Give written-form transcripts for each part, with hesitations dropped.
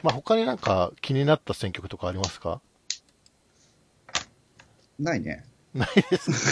まあ、他になんか気になった選挙区とかありますか？ ないね。 ないですか？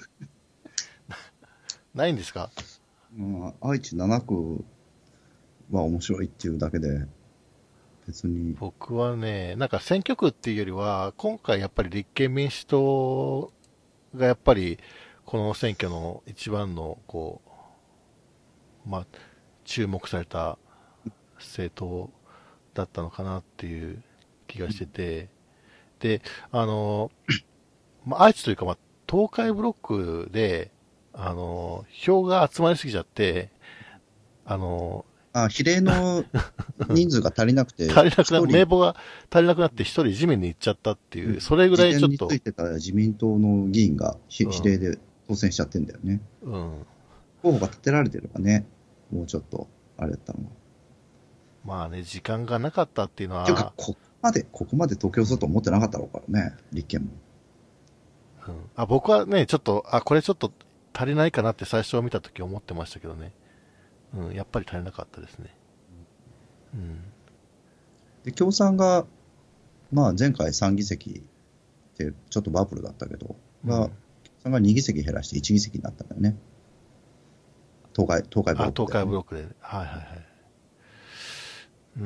ないんですか？ まあ、愛知7区は面白いっていうだけで、別に、 僕はね、なんか選挙区っていうよりは、今回やっぱり立憲民主党がやっぱりこの選挙の一番のこう、まあ、注目された政党だったのかなっていう気がしてて、で、あの、まあ、愛知というか、まあ、東海ブロックで、票が集まりすぎちゃって、あの、 比例の人数が足りなくて、 足りなくな、 一人、 名簿が足りなくなって一人自民に行っちゃったっていう、 うん、 それぐら次いちょっと、 点についてた自民党の議員がうん、 比例で当選しちゃってんだよね。 うん。 候補が立てられてればね、もうちょっと、あれだったのが。っまあね、時間がなかったっていうのていうか、 は、 ここまで東京うん、 すると思ってなかったろうからね、立憲も。 うん。あ、僕はね、ちょっと、これちょっと足りないかなって最初見た時思ってましたけどね。うん、やっぱり足りなかったですね。うん。 で、共産が、まあ前回3議席ってちょっとバブルだったけど、 うん。 共産が2議席減らして1議席になったんだよね。東海ブロック東ではね。 海ブロックで、はいはいはい。うん。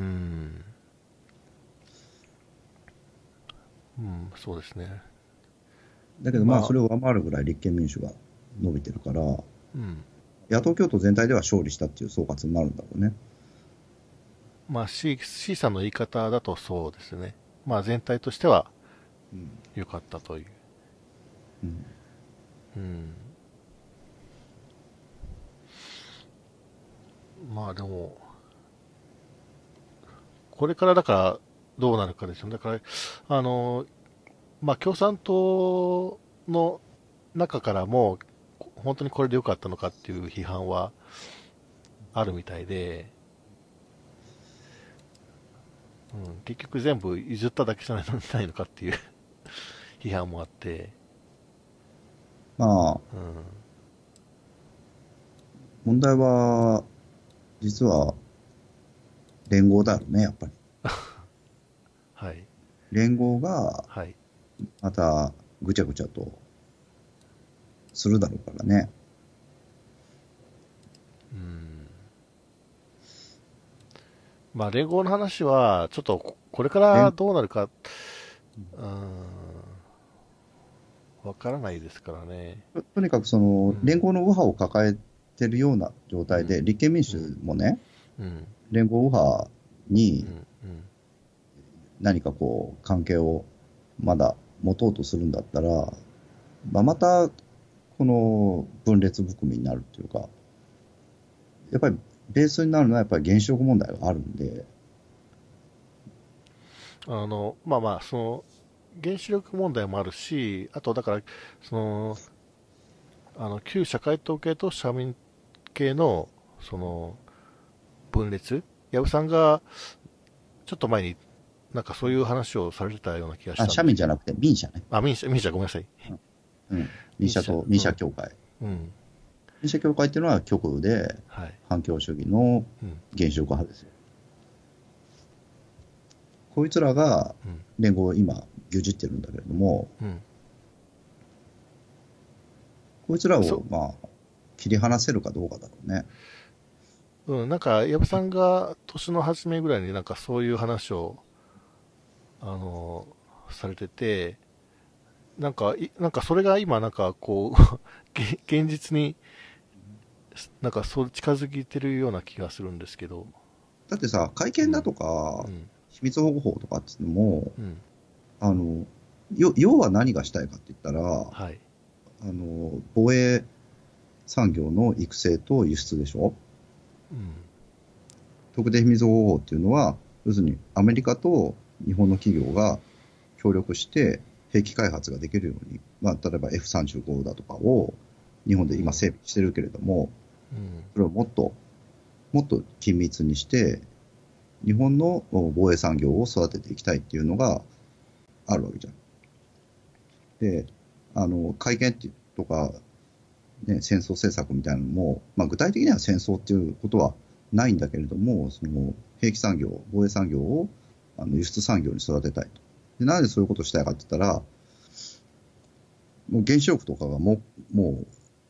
うん、そうですね。 だけどまあまあ、 それを上回るぐらい立憲民主が伸びてるから、 うん。 野党共闘全体では勝利したっていう総括になるんだろうね。 まあ C さんの言い方だとそうですね。まあ全体としてはうん。 良かったという。 うん。 うん。まあでも、これからだからどうなるかですよね。だから、まあ共産党の中からも、本当にこれで良かったのかっていう批判はあるみたいで、うん、結局全部譲っただけじゃないのかっていう批判もあって、 まあ、 うん、 問題は、実は連合だろうね、やっぱり。 はい、 連合が、 はい、 また、ぐちゃぐちゃとするだろうからね。 うん。まあ連合の話は、ちょっとこれから連どうなるか、うん、わからないですからね。 とにかくうん、 連合の右派を抱えてるような状うん、 態で、立憲民主うん、 もね、 うん、 連合右派にうん、うん。 何かこう、関係をまだ持とうとするんだったら、まあ、また、この分裂含みになるっていうか、やっぱりベースになるのはやっぱり原子力問題があるんで、 まあまあ、その、原子力問題もあるし、あとだから、その、旧社会党系と社民系の、その、分裂矢部さんが、ちょっと前になんかそういう話をされてたような気がしあ、 たんですけど、 社民じゃなくて民社ね。 民社ごめんなさい。 うん。 民社、 民うん、 社協会。 うん、 民社協会っていうのは極右ではい、 反共主義のうん、 原子力派ですよ。こいつらがうん、 連合を今牛耳ってるんだけれども、 うん。 こいつらそをまあ切り離せるかどうかだろうね。 うん、なんか、矢部さんが年の初めぐらいになんかそういう話を、あの、されてて、なんかそれが今なんかこう現実になんかそう近づいてるような気がするんですけど、 だってさ、会うん、 見だとか、 うん、 秘密保護法とかっていうのも、 うん、 あの、要は何がしたいかって言ったら、 はい、 防衛産業の育成と輸出でしょ。 うん、 特定秘密保護法っていうのは、要するにアメリカと日本の企業が協力して兵器開発ができるように、まあ、例えば F35 だとかを日本で今うん、 整備してるけれども、 うん、 それをもっと緊密にして、日本の防衛産業を育てていきたいっていうのがあるわけじゃん。で、会見とか、ね、戦争政策みたいなのも、まあ、具体的には戦争っていうことはないんだけれども、その兵器産業、防衛産業を輸出産業に育てたいと。で、なんでそういうことをしたいかって言ったら、もう原子力とかがもう、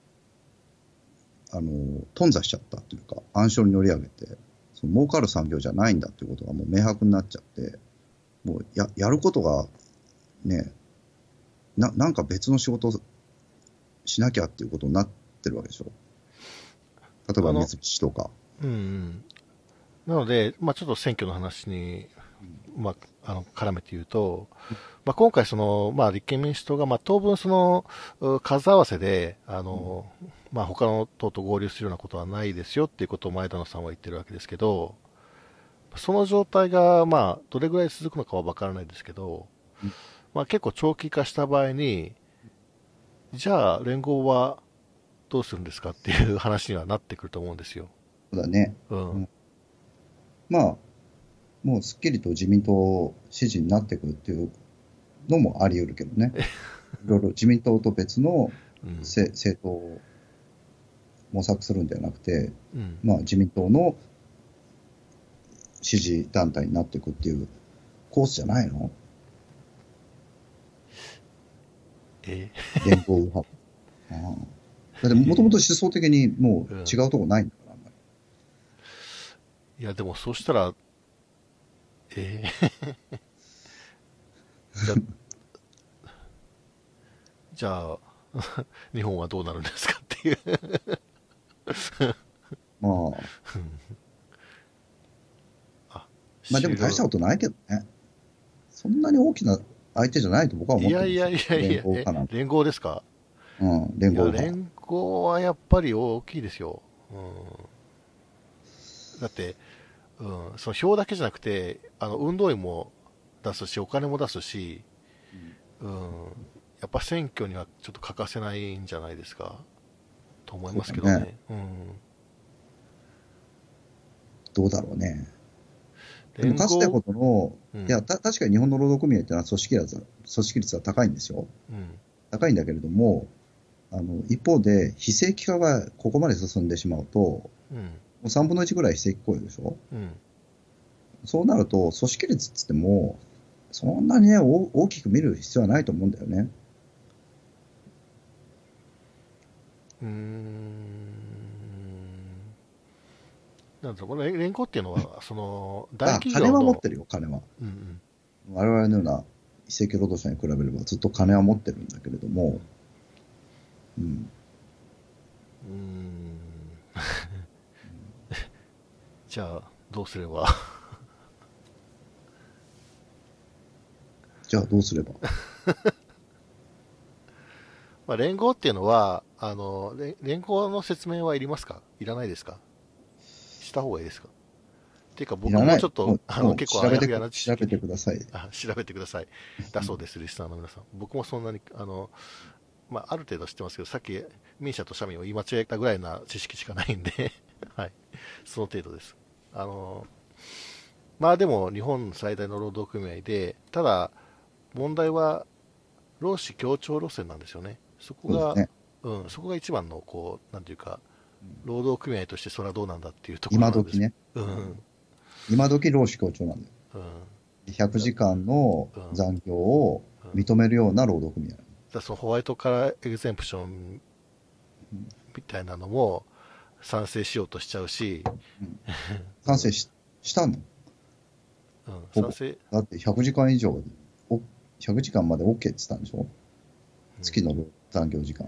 頓挫しちゃったというか、暗礁に乗り上げて、その儲かる産業じゃないんだっていうことがもう明白になっちゃって、もうやることがね、なんか別の仕事をしなきゃっていうことになってるわけでしょ。例えば三菱とか。 うんうん。なので、まあちょっと選挙の話に、まあ、絡めて言うと、まあ今回まあ立憲民主党が、まあ当分数合わせで、まあ他の党と合流するようなことはないですよっていうことを前田野さんは言ってるわけですけど、その状態が、まあどれぐらい続くのかはわからないですけど、まあ結構長期化した場合に、じゃあ連合はどうするんですかっていう話にはなってくると思うんですよ。 そうだね。 うん。 まあ、もうすっきりと自民党支持になってくるっていうのもあり得るけどね。いろいろ自民党と別のうん。 政党を模索するんではなくて、 うん。 まあ自民党の支持団体になっていくっていうコースじゃないの？ え連合右派。ああ、だってもともと思想的にもうん。 う違うとこないんだから、あんまり。 いや、でもそうしたら、ーじゃ、じゃあ、日本はどうなるんですかっていう。 まあ、 あ、 まあでも終了。 大したことないけどね。そんなに大きな相手じゃないと僕は思ってるんですよ。 いやいやいやい連や、 合かなんて。 連合ですか？ うん、連いや、 合派。 連合はやっぱり大きいですよ。だって、その票だけじゃなくて、運動員も出すし、お金も出すし、 うん、 うん、やっぱ選挙にはちょっと欠かせないんじゃないですかと思いまそうだね。 すけどね。 どうだろうね。でもかつてほ連合、 どの、いや、 うん、 確かに日本の労働組合ってのは組織率は高いんですよ。 うん、 高いんだけれども、一方で、非正規化がここまで進んでしまうと、もうん、 う3分の1ぐらい非正規雇用でしょ。 うん。 そうなると、組織率っつっても、そんなにね、大きく見る必要はないと思うんだよね。 うーん。なんだろう、この連合っていうのは、大企金業の、 は持ってるよ、金は。 うん、 我々のような非正規労働者に比べればずっと金は持ってるんだけれども、うん。 うん、じゃあ、どうすれば。 じゃあどうすれば。 まあ、連合っていうのは、連合の説明はいりますか？いらないですか？した方がいいですか？っていうか、僕いらない。 もちょっと、 もう結構あやふやな知調べ識で、 てください。 調べてください。だそうです、リスナーの皆さん。僕もそんなに、まあ、ある程度知ってますけど、さっき、民社と社民を言い間違えたぐらいな知識しかないんではい。その程度です。あの、まあでも、日本最大の労働組合で、ただ、問題は、労使協調路線なんですよね。 そうですね。 そこが一番の、なんていうか、労働組合としてそれはどうなんだっていうところなんです。 今時ね。 うん、 今時労使協調なんだよ。 うん。 100 だ、 時間のうん、うん。 残業を認めるような労働組合。 そのホワイトカラーエグゼンプションうん、 みたいなのも賛成しようとしちゃうし、 うん、賛成したの？ うん、 ほぼ。 賛成、 だって100時間以上、100時間まで OK って言ったんでしょ？ うん、 月の残業時間。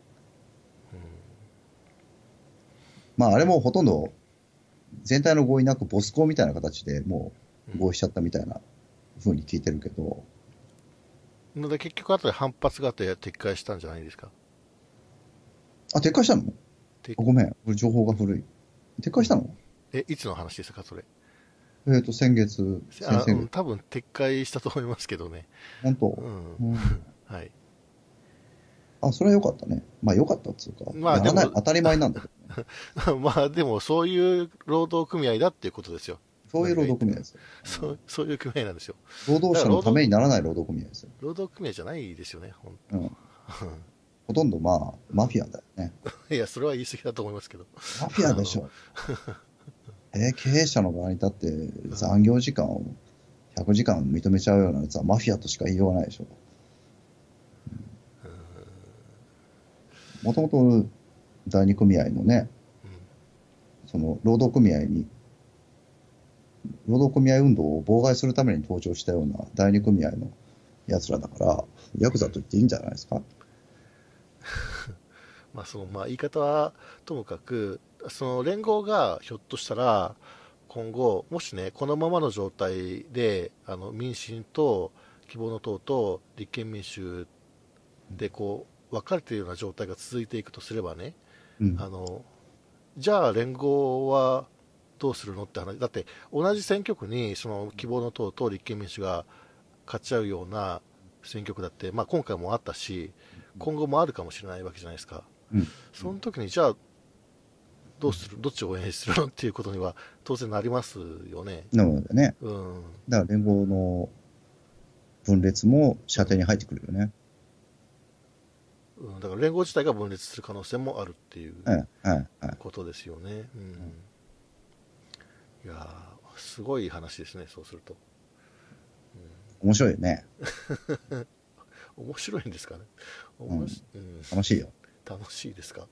まあ、あれもほとんど全体の合意なくボス校みたいな形でもう合意しちゃったみたいな風に聞いてるけど、 うん。ので結局後で反発があって撤回したんじゃないですか。 あ、撤回したの？ て、 ごめん。これ情報が古い。撤回したの？ いつの話ですか、それ。 先月、先々月。 多分撤回したと思いますけどね。 本当？ うん。 うん。 はい。 あ、それは良かったね。まあ良かったっつうか、 まあでも、 やらない、当たり前なんだけどね。 まあでもそういう労働組合だっていうことですよ。 そういう労何が言っても。 働組合ですよ。うん、 そういう組合なんですよ。 労働者のためにならない労働組合ですよ。 労働組合じゃないですよね、本うん。ほとんどまあ、マフィアだよね。 当。いや、それは言い過ぎだと思いますけど。 マフィアでしょ。経営者の側に立って残業時間を 100時間認めちゃうようなやつはマフィアとしか言いようがないでしょ。もともと第二組合のね、その労働組合運動を妨害するために登場したような第二組合の奴らだから、ヤクザと言っていいんじゃないですか。 まあそのまあ言い方はともかく、その連合がひょっとしたら今後もしねこのままの状態で民進と希望の党と立憲民主でこう分かれているような状態が続いていくとすればね、 うん。 じゃあ連合はどうするのって話だって、同じ選挙区にその希望の党と立憲民主が勝ち合うような選挙区だって、まあ、今回もあったし今後もあるかもしれないわけじゃないですか。 うん。 その時にじゃあどうする、どっちを応援するのっていうことには当然なりますよね。 なのでね、 うん、 だから連合の分裂も射程に入ってくるよね。 うん、だから連合自体が分裂する可能性もあるっていうはい、はい、はい。 ことですよね。うん、いやーすごい話ですね、そうすると。 面白いよね。 面白いんですかね。 うん。 うん、 楽しいよ。 楽しいですか。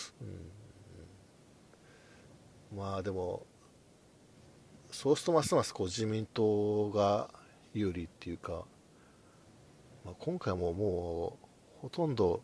まあでもそうするとますますこう自民党が有利っていうか、まあ、今回ももうほとんど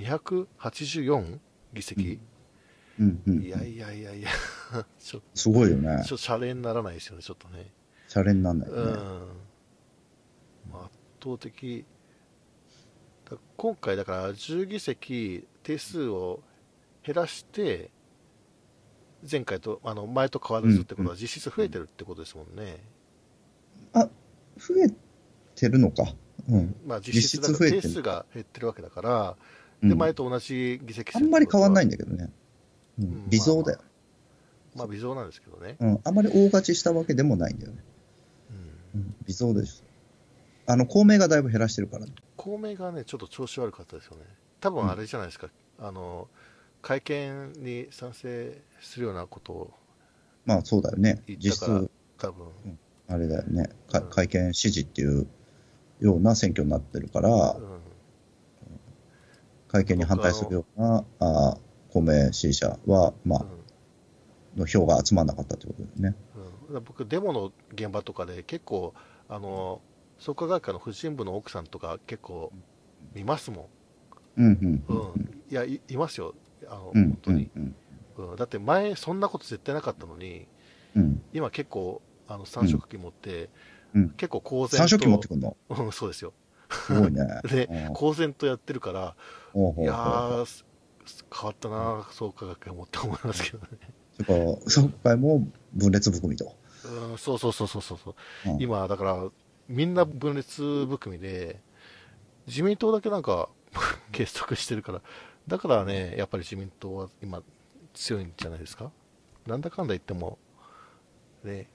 284議席、 うん。うん、うん、 いやうん。 いやいやいやちょっすごいよね。 とシャレにならないですよね、ちょっとね。 シャレになんないよね。 うん、圧倒的今回だから10議席定数を減らして前回と前と変わうん、 らずってうん。 ことは実質増えてるってことですもんね。 あ、増えてるのか。うん。 まあ実質実質だから定増えてるのか。 数が減ってるわけだから、でうん。 前と同じ議席あ数っんまり変わんてことは、 ないんだけどね。うん。 うん、 微増だよ。 まあ微増なんですけどね。 うん。あんまり大勝ちしたわけでもないんだよね。 うん、 うん。微増でしょ。公明がだいぶ減らしてるからね。 公明がねちょっと調子悪かったですよね。多分あうん。 れじゃないですか、会見に賛成するようなことをまあそうだよね。 言ったから実質、 多分、 うん、あれだよね。 うん会見支持っていうような選挙になってるから、 うん、 会見に反対するような、公明支持者は、まあ、 うんの票が集まらなかったということだよね。 僕デモの現場とかで結構創価学会の婦人部の奥さんとか結構見ますもうん、うん。 ん、 いやいますよ、 うん、うん、 本当に。 うん、 だって前そんなこと絶対なかったのに、 うん、 今結構うん、 三色旗持ってうん。 結構公然三色旗持ってと、 くんの？ そうですよ。 すごいね。 でうん。 公然とやってるから、いやほうほうほうほう。 ー変わったな創価学会もって思いますけどね。 それから、今回も分裂含みと。 そうそうそうそうそう。 うん。 今だからみんな分裂含みで、自民党だけなんか結束してるから、だからね、やっぱり自民党は今強いんじゃないですか。なんだかんだ言っても、ね、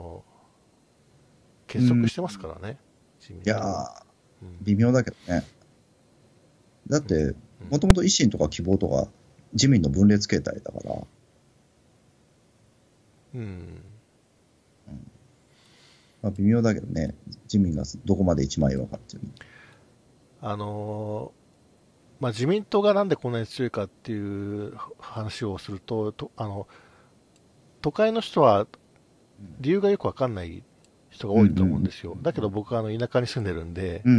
結束うん。 してますからね、自民いや党は。 ー、 うん。 微妙だけどね。だっうん。 て、もともと維新とか希望とか、自民の分裂形態だから、 うん。うん。 まあ、微妙だけどね、自民がどこまで一枚岩かっていうの。 あのまあ、自民党がなんでこんなに強いかっていう話をすると、都会の人は理由がよくわかんない人がうん、う多いと思うんん、 ですよ。だけど僕は田舎に住んでるんで、 うん、うん、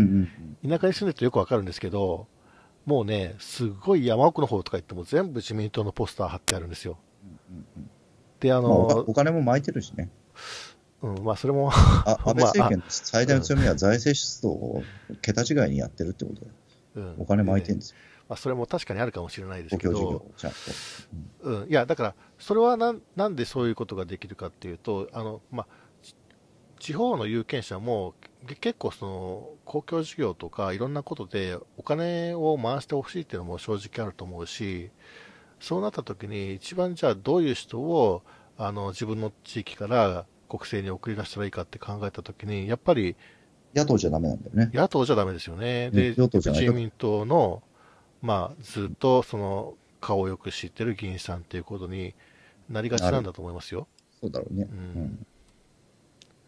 田舎に住んでるとよくわかるんですけど、もうね、すごい山奥の方とか行っても全部自民党のポスター貼ってあるんですよ。 うん、うん。 で、 まあお金も巻いてるしね。 まあそれも安倍まあ、 政権の最大の強みは財政出動を桁違いにやってるってことで、お金でね、 巻いてるんですよ。 まあそれも確かにあるかもしれないです公共事業けど、 をちゃんと。 いや、だから、それはなんでそういうことができるかっていうと、まあ、地方の有権者も結構その公共事業とかいろんなことでお金を回してほしいっていうのも正直あると思うし、そうなった時に一番じゃあどういう人を自分の地域から国政に送り出したらいいかって考えた時にやっぱり野党じゃダメなんだよね。 野党じゃダメですよね。で、 与党じゃないと。 自民党の、まあ、ずっとその顔をよく知ってる議員さんっていうことになりがちなる。 なんだと思いますよ。 そうだろうね。 うん。 うん。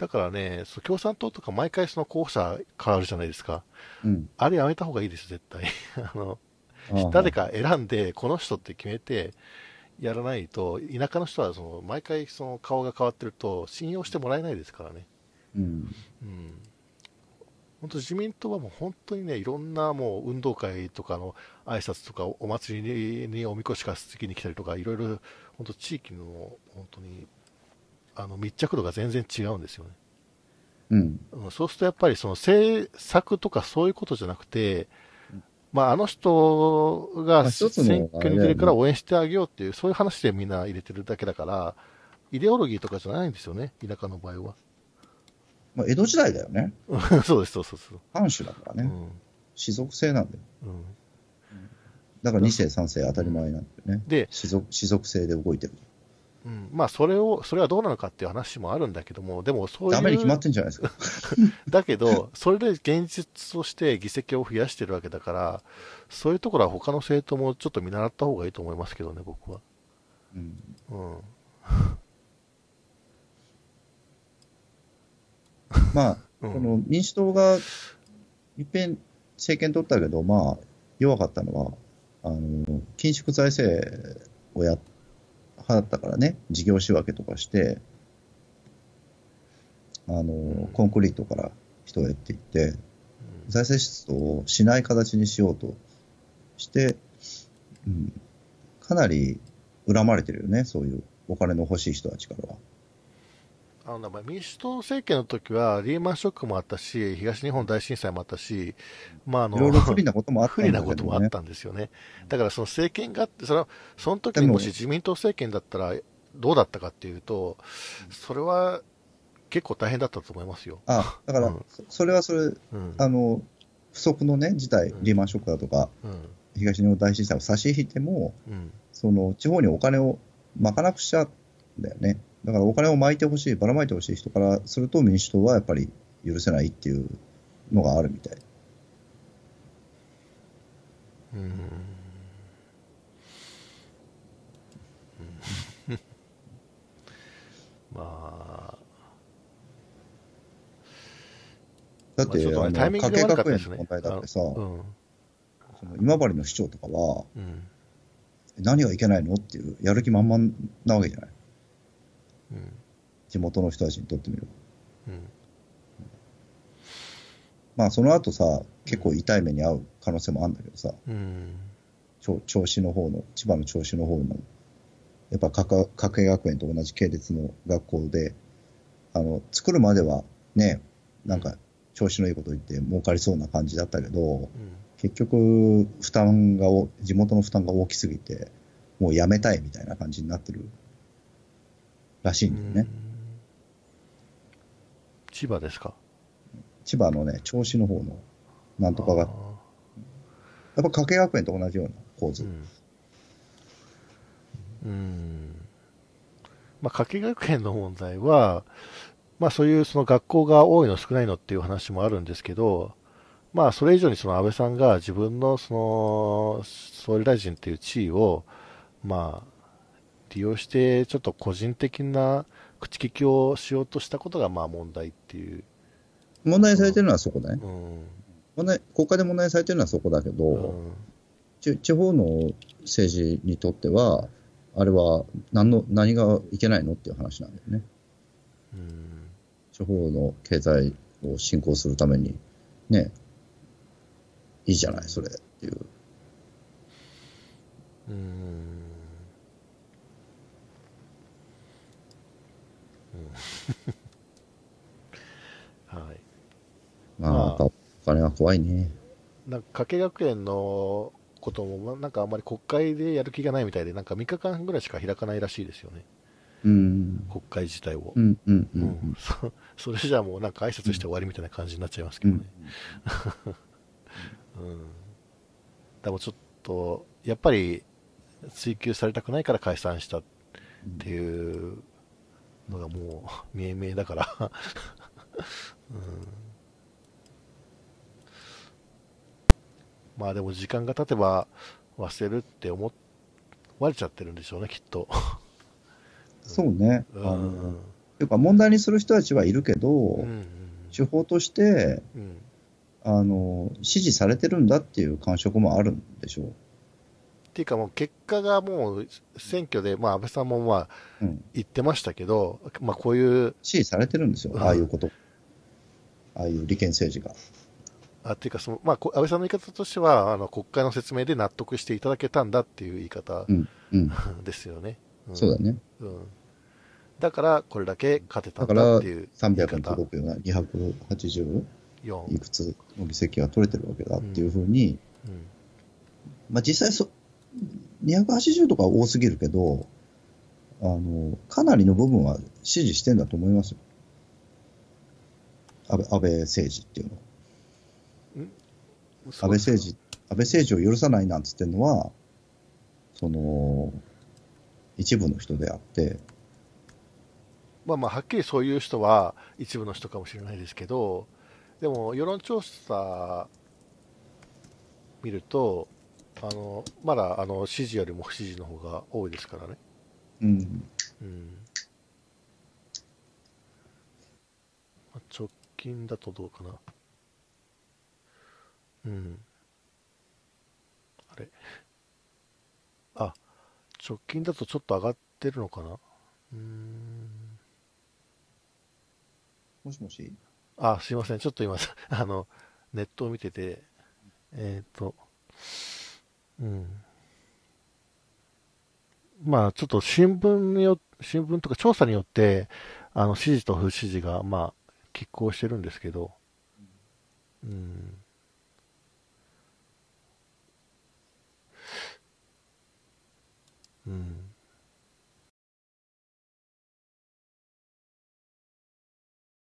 だからね、共産党とか毎回その候補者変わるじゃないですか。 うん。 あれやめた方がいいです、絶対。 ああ、はい。 誰か選んで、この人って決めてやらないと、田舎の人は毎回その顔が変わってると信用してもらえないですからね。 うん。 うん。本当自民党はもう本当にね、いろんなもう運動会とかの挨拶とかお祭りにおみこし担ぎに来たりとか、いろいろ本当地域の本当に密着度が全然違うんですよね。 うん。 うん、そうするとやっぱりその政策とかそういうことじゃなくて、まあ、あの人がまあ、一つ選の、あ挙に出るかられだよね。 応援してあげようっていう、そういう話でみんな入れてるだけだから、イデオロギーとかじゃないんですよね、田舎の場合は。 まあ、江戸時代だよね。 そうです、そうそうそう。 藩主だからね。 うん。 士族制なんだよ。 うん。 だからだ 2世3世当たり前なんだよね。 で、 士族制で動いてる。 うん、まあ、それはどうなのかっていう話もあるんだけども、でもそうダメに決まいう、 ってんじゃないですか。 だけど、それで現実として議席を増やしてるわけだから、そういうところは他の政党もちょっと見習った方がいいと思いますけどね、僕は。 うん。 うん。 まあ、そうん。 の民主党がいっぺん政権取ったけど、まあ、弱かったのは、緊縮財政を払ったからね、事業仕分けとかして、コンクリートから人をやっていって、財政出動をしない形にしようとして、うん、かなり恨まれてるよね、そういうお金の欲しい人たちからは。 まあ民主党政権の時はリーマンショックもあったし、東日本大震災もあったし、まあいろいろ不利なこともあったん不利なだけどね。 こともあったんですよね。だからその政権があって、その時にもしでも、 自民党政権だったらどうだったかっていうと、それは結構大変だったと思いますよ。 だから、 うん、 それはそれ、 うん、 あの、不測のね、事態、 うん、 リーマンショックだとか、 うん、 東日本大震災を差し引いても、 うん、 地方にお金をまかなくしちゃうんだよね。だからお金を巻いてほしい、ばらまいてほしい人からすると民主党はやっぱり許せないっていうのがあるみたい。 うん。まあ、まあちょっだって、 とね、タイミング加で悪かっ計学園のたですね。 問題だってさ、 うん、 今治の市長とかは、 うん、 何がいけないのっていう、やる気満々なわけじゃない。 うん、 地元の人たちにとってみれば。 うん、 まあ、その後さ、結構痛い目に遭う可能性もあるんだけどさ、 うん、 銚子の方の、千葉の銚子の方の、やっぱ加計学園と同じ系列の学校で、作るまではね、なんか調子のいいこと言って儲かりそうな感じだったけど、 うん、 結局、地元の負担が大きすぎて、もうやめたいみたいな感じになってるらしいうんだよね。 ん。千葉ですか。 千葉のね、銚子の方のなんとかが、やっああ、 ぱ加計学園と同じような構図。 うん。うん。まあ、加計学園の問題は、まあそういうその学校が多いの少ないのっていう話もあるんですけど、まあそれ以上にその安倍さんが自分のその総理大臣っていう地位を、まあ利用してちょっと個人的な口利きをしようとしたことがまあ問題っていう。 問題されてるうん。 のはそこね。 うん。 国会で問題されてるのはそこだけど、 うん。 地方の政治にとっては、あれは何がいけないのっていう話なんだよね。 うん。 地方の経済を振興するために、ね、いいじゃない、それっていう。 うん。はい。 まあ、やっぱまあ、 お金は怖いね。 なんか加計学園のことも、なんかあんまり国会でやる気がないみたいで、なんか3日間ぐらいしか開かないらしいですよね。 うん。 国会自体を。 うん、うん、ううん。 ん、 それじゃあもうなんか挨うん。 拶して終わりみたいな感じになっちゃいますけうん。 どね。うん。でもちょっと、やっぱり追及されたくないから解散したっていうのがもう見え見えだからうん。まあでも時間が経てば忘れるって思われちゃってるんでしょうね、きっと。 そうね。 うん。うん。 いうか問題にする人たちはいるけど、 うん、 手法として、 うん。 支持されてるんだっていう感触もあるんでしょっていうかもう結果がもう選挙で、まあ安倍さんもまあう。うん。 言ってましたけど、まあこういう、 支持されてるんですよ。 うん、 ああいうこと。ああいう利権政治が。 っていうかまあ安倍さんの言い方としては、国会の説明で納得していただけたんだっていう言い方うん。うん。 ですよね。うん。 そうだね。 うん。だからこれだけ勝てたんだっだから、 ていう言い 300に方。 届くような280い 4。 くつの議席が取れてるわけだっていううん。 ふうに、 うん。 まあ実際280とかは多すぎるけど、かなりの部分は支持してんだと思いますよ。安倍政治っていうのは。安そうですか。 倍政治、安倍政治を許さないなんつってんのは、その、一部の人であって、 まあまあ、はっきりそういう人は一部の人かもしれないですけど、でも世論調査見ると、まだ支持よりも不支持の方が多いですからね。 うん、 うん。直近だとどうかな。うん。あれ。あ、直近だとちょっと上がってるのかな。うーん。 もしもし。 すいません。ちょっと今、ネットを見てて、うん。まあ、ちょっと新聞とか調査によって、支持と不支持が、まあ、拮抗してるんですけど、うん。うん。